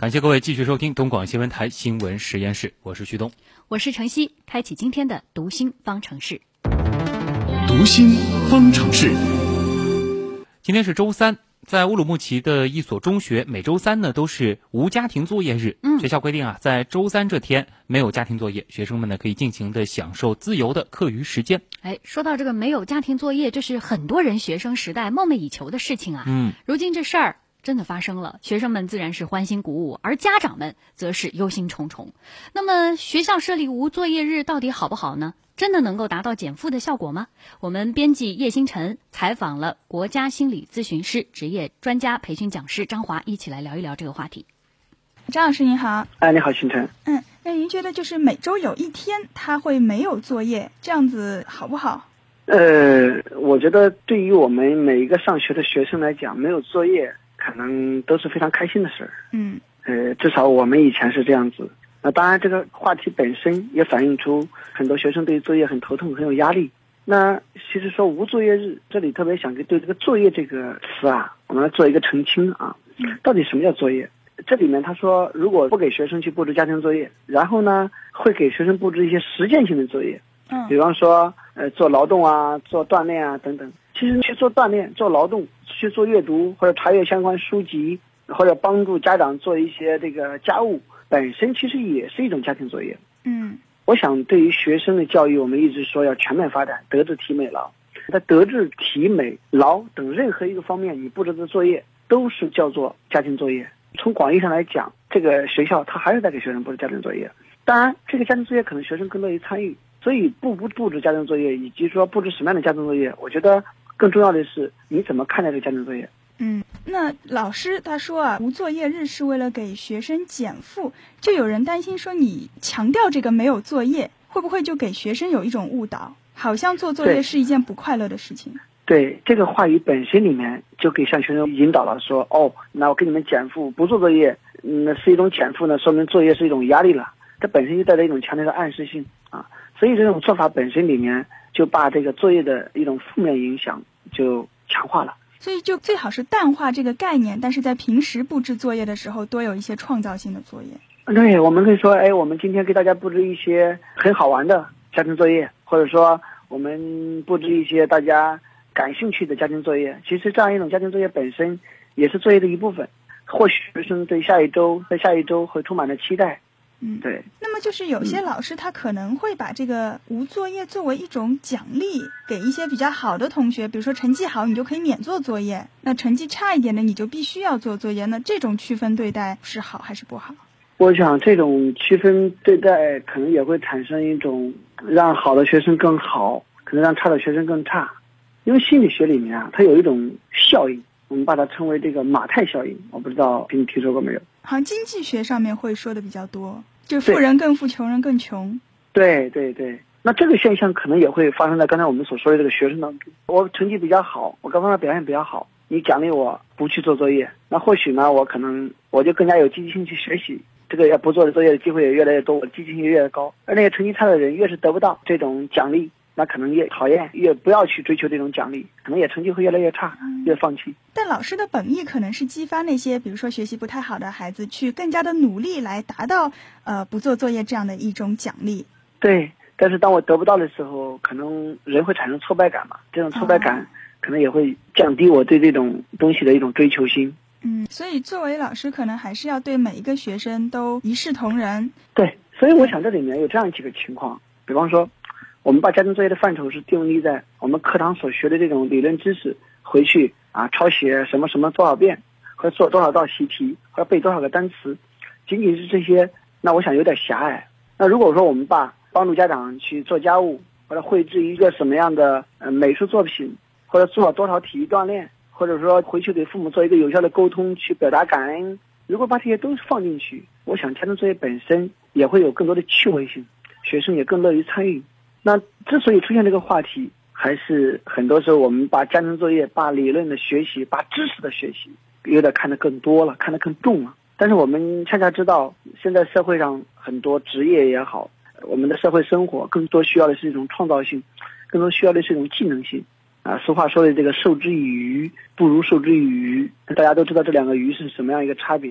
感谢各位继续收听东广新闻台新闻实验室，我是徐东， 我是程曦，开启今天的读心方程式。 读心方程式。 今天是周三，在乌鲁木齐的一所中学，每周三呢都是无家庭作业日。学校规定啊，在周三这天没有家庭作业，学生们呢可以尽情的享受自由的课余时间。 说到这个没有家庭作业，这是很多人学生时代梦寐以求的事情啊。如今这事儿真的发生了，学生们自然是欢欣鼓舞，而家长们则是忧心忡忡。那么学校设立无作业日到底好不好呢？真的能够达到减负的效果吗？我们编辑叶星辰采访了国家心理咨询师、职业专家培训讲师张华，一起来聊一聊这个话题。 张老师您好。 你好，星辰。 那您觉得就是每周有一天他会没有作业，这样子好不好？ 我觉得对于我们每一个上学的学生来讲，没有作业可能都是非常开心的事儿。至少我们以前是这样子。那当然这个话题本身也反映出很多学生对作业很头痛，很有压力。那其实说无作业日，这里特别想对这个作业这个词啊，我们来做一个澄清啊。到底什么叫作业？这里面他说，如果不给学生去布置家庭作业，然后呢会给学生布置一些实践性的作业，比方说做劳动啊，做锻炼啊等等。其实去做锻炼、做劳动、去做阅读或者查阅相关书籍，或者帮助家长做一些这个家务，本身其实也是一种家庭作业。我想对于学生的教育，我们一直说要全面发展，德智体美劳。在德智体美劳等任何一个方面，你布置的作业都是叫做家庭作业。从广义上来讲，这个学校它还是在给学生布置家庭作业。当然这个家庭作业可能学生更乐意参与，所以不布置家庭作业，以及说布置什么样的家庭作业，我觉得更重要的是你怎么看待这个家庭作业。 那老师他说啊，无作业日是为了给学生减负，就有人担心说你强调这个没有作业，会不会就给学生有一种误导，好像做作业是一件不快乐的事情。 对，这个话语本身里面就给向学生引导了，说那我给你们减负，不做作业那是一种减负呢，说明作业是一种压力了，这本身就带着一种强烈的暗示性啊。所以这种做法本身里面就把这个作业的一种负面影响就强化了。 所以就最好是淡化这个概念，但是在平时布置作业的时候多有一些创造性的作业。 对，我们可以说我们今天给大家布置一些很好玩的家庭作业，或者说我们布置一些大家感兴趣的家庭作业。其实这样一种家庭作业本身也是作业的一部分，或许学生对下一周会充满了期待。对。 那么就是有些老师他可能会把这个无作业作为一种奖励，给一些比较好的同学，比如说成绩好你就可以免做作业，那成绩差一点的你就必须要做作业，那这种区分对待是好还是不好？ 我想这种区分对待可能也会产生一种让好的学生更好，可能让差的学生更差。因为心理学里面啊，它有一种效应，我们把它称为这个马太效应，我不知道你听说过没有？ 好像经济学上面会说的比较多，就富人更富，穷人更穷。 对，那这个现象可能也会发生在刚才我们所说的这个学生当中。我成绩比较好，我各方面表现比较好，你奖励我不去做作业，那或许呢我就更加有积极性去学习，这个不做的作业的机会也越来越多，我积极性也越来越高。而那些成绩差的人越是得不到这种奖励，那可能越讨厌，越不要去追求这种奖励，可能也成绩会越来越差，越放弃。 但老师的本意可能是激发那些比如说学习不太好的孩子去更加的努力，来达到不做作业这样的一种奖励。 对，但是当我得不到的时候，可能人会产生挫败感嘛，这种挫败感可能也会降低我对这种东西的一种追求心。 所以作为老师可能还是要对每一个学生都一视同仁。 对，所以我想这里面有这样几个情况，比方说我们把家庭作业的范畴是定立在我们课堂所学的这种理论知识，回去抄写什么什么多少遍，或者做多少道习题，或者背多少个单词，仅仅是这些，那我想有点狭隘。那如果说我们帮助家长去做家务，或者绘制一个什么样的美术作品，或者做多少体育锻炼，或者说回去给父母做一个有效的沟通，去表达感恩，如果把这些都放进去，我想家庭作业本身也会有更多的趣味性，学生也更乐于参与。那之所以出现这个话题，还是很多时候我们把家庭作业、把理论的学习、把知识的学习有点看得更多了，看得更重了。但是我们恰恰知道，现在社会上很多职业也好，我们的社会生活更多需要的是一种创造性，更多需要的是一种技能性。俗话说的这个授之以鱼不如授之以渔，大家都知道这两个鱼是什么样一个差别。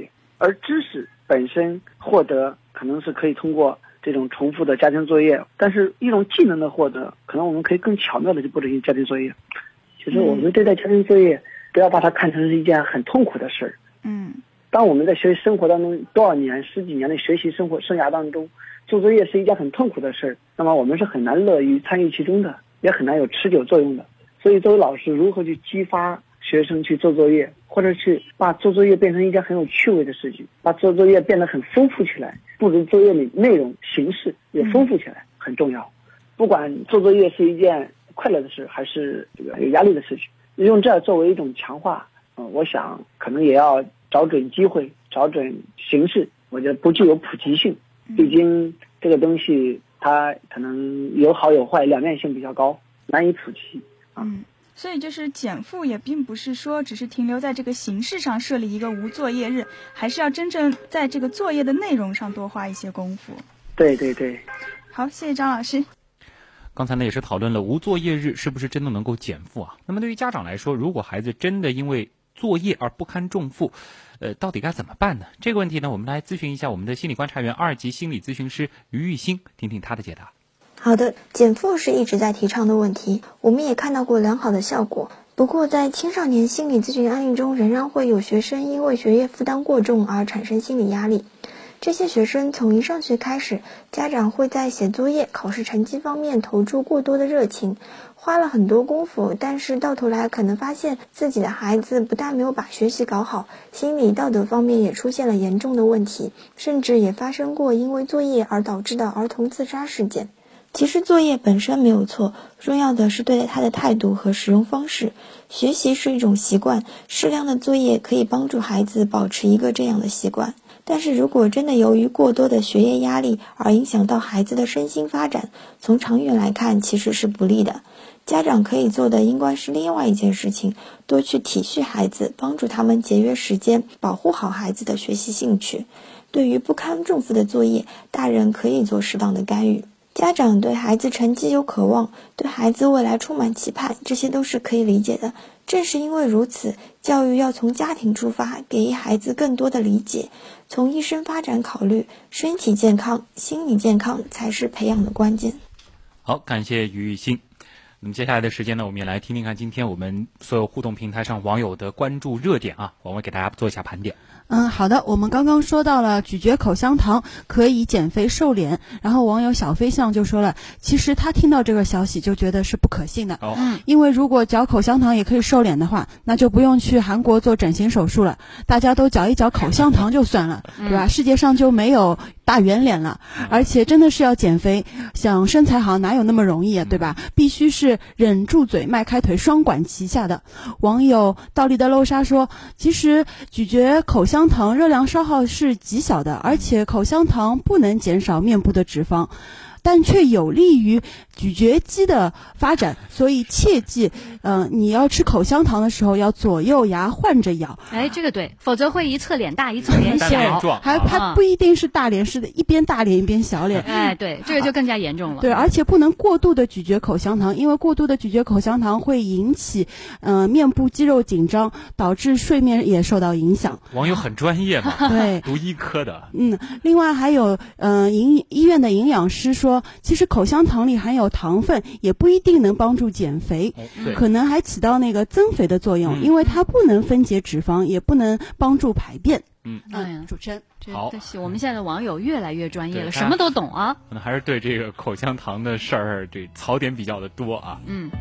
而知识本身获得可能是可以通过这种重复的家庭作业，但是一种技能的获得，可能我们可以更巧妙的去布置一些家庭作业。其实我们对待家庭作业，不要把它看成是一件很痛苦的事儿。当我们在学习生活当中多少年、十几年的学习生活生涯当中，做作业是一件很痛苦的事儿，那么我们是很难乐于参与其中的，也很难有持久作用的。所以作为老师，如何去激发学生去做作业，或者去把做作业变成一件很有趣味的事情，把做作业变得很丰富起来，布置作业的内容形式也丰富起来，很重要。不管做作业是一件快乐的事，还是这个有压力的事情，用这作为一种强化，我想可能也要找准机会，找准形式。我觉得不具有普及性，毕竟这个东西它可能有好有坏，两面性比较高，难以普及。 所以就是减负也并不是说只是停留在这个形式上设立一个无作业日，还是要真正在这个作业的内容上多花一些功夫。 对对对。 好，谢谢张老师。 刚才呢也是讨论了无作业日是不是真的能够减负啊？那么对于家长来说，如果孩子真的因为作业而不堪重负，到底该怎么办呢？这个问题呢，我们来咨询一下我们的心理观察员2级心理咨询师于玉兴，听听他的解答。 好的，减负是一直在提倡的问题，我们也看到过良好的效果。不过在青少年心理咨询案例中，仍然会有学生因为学业负担过重而产生心理压力。这些学生从一上学开始，家长会在写作业、考试成绩方面投注过多的热情，花了很多功夫，但是到头来可能发现自己的孩子不但没有把学习搞好，心理道德方面也出现了严重的问题，甚至也发生过因为作业而导致的儿童自杀事件。其实作业本身没有错，重要的是对待它的态度和使用方式。学习是一种习惯，适量的作业可以帮助孩子保持一个这样的习惯。但是如果真的由于过多的学业压力而影响到孩子的身心发展，从长远来看其实是不利的。家长可以做的应该是另外一件事情，多去体恤孩子，帮助他们节约时间，保护好孩子的学习兴趣。对于不堪重负的作业，大人可以做适当的干预。家长对孩子成绩有渴望，对孩子未来充满期盼，这些都是可以理解的。正是因为如此，教育要从家庭出发，给予孩子更多的理解，从一生发展考虑，身体健康、心理健康才是培养的关键。 好，感谢于玉兴。那么接下来的时间呢，我们也来听听看今天我们所有互动平台上网友的关注热点啊，我们给大家做一下盘点。 好的，我们刚刚说到了咀嚼口香糖可以减肥瘦脸，然后网友小飞象就说了，其实他听到这个消息就觉得是不可信的，因为如果嚼口香糖也可以瘦脸的话，那就不用去韩国做整形手术了，大家都嚼一嚼口香糖就算了，对吧？世界上就没有大圆脸了，而且真的是要减肥，想身材好哪有那么容易啊，对吧？必须是忍住嘴迈开腿双管齐下的。网友倒立的漏沙说，其实咀嚼口香糖热量消耗是极小的，而且口香糖不能减少面部的脂肪，但却有利于咀嚼肌的发展，所以切记，你要吃口香糖的时候要左右牙换着咬。 哎，这个对，否则会一侧脸大一侧脸小， 还不一定是大脸，是一边大脸一边小脸。 哎，对，这个就更加严重了。 对，而且不能过度的咀嚼口香糖，因为过度的咀嚼口香糖会引起面部肌肉紧张，导致睡眠也受到影响。 网友很专业嘛， 对， 读医科的。 另外还有医院的营养师说，其实口香糖里含有糖分，也不一定能帮助减肥，可能还起到那个增肥的作用，因为它不能分解脂肪，也不能帮助排便。主持人， 好， 我们现在的网友越来越专业了，什么都懂啊。 可能还是对这个口香糖的事儿，这槽点比较的多啊。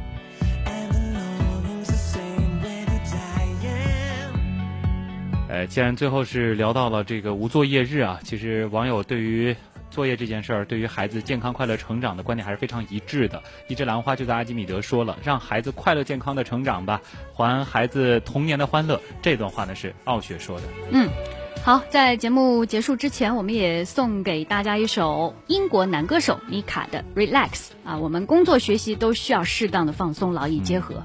既然最后是聊到了这个无作业日啊，其实网友对于作业这件事儿，对于孩子健康快乐成长的观点还是非常一致的。一枝兰花就在阿基米德说了，让孩子快乐健康的成长吧，还孩子童年的欢乐。这段话呢是傲雪说的。 好，在节目结束之前，我们也送给大家一首英国男歌手米卡的 Relax 啊，我们工作学习都需要适当的放松，劳逸结合。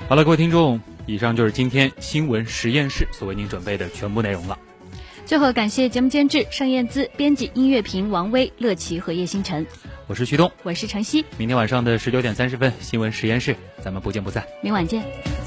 好了，各位听众，以上就是今天新闻实验室所为您准备的全部内容了。 最后感谢节目监制盛燕姿，编辑音乐评王威、乐琪和叶星辰。 我是徐东， 我是晨曦。 明天晚上的19点30分，新闻实验室，咱们不见不散。 明晚见。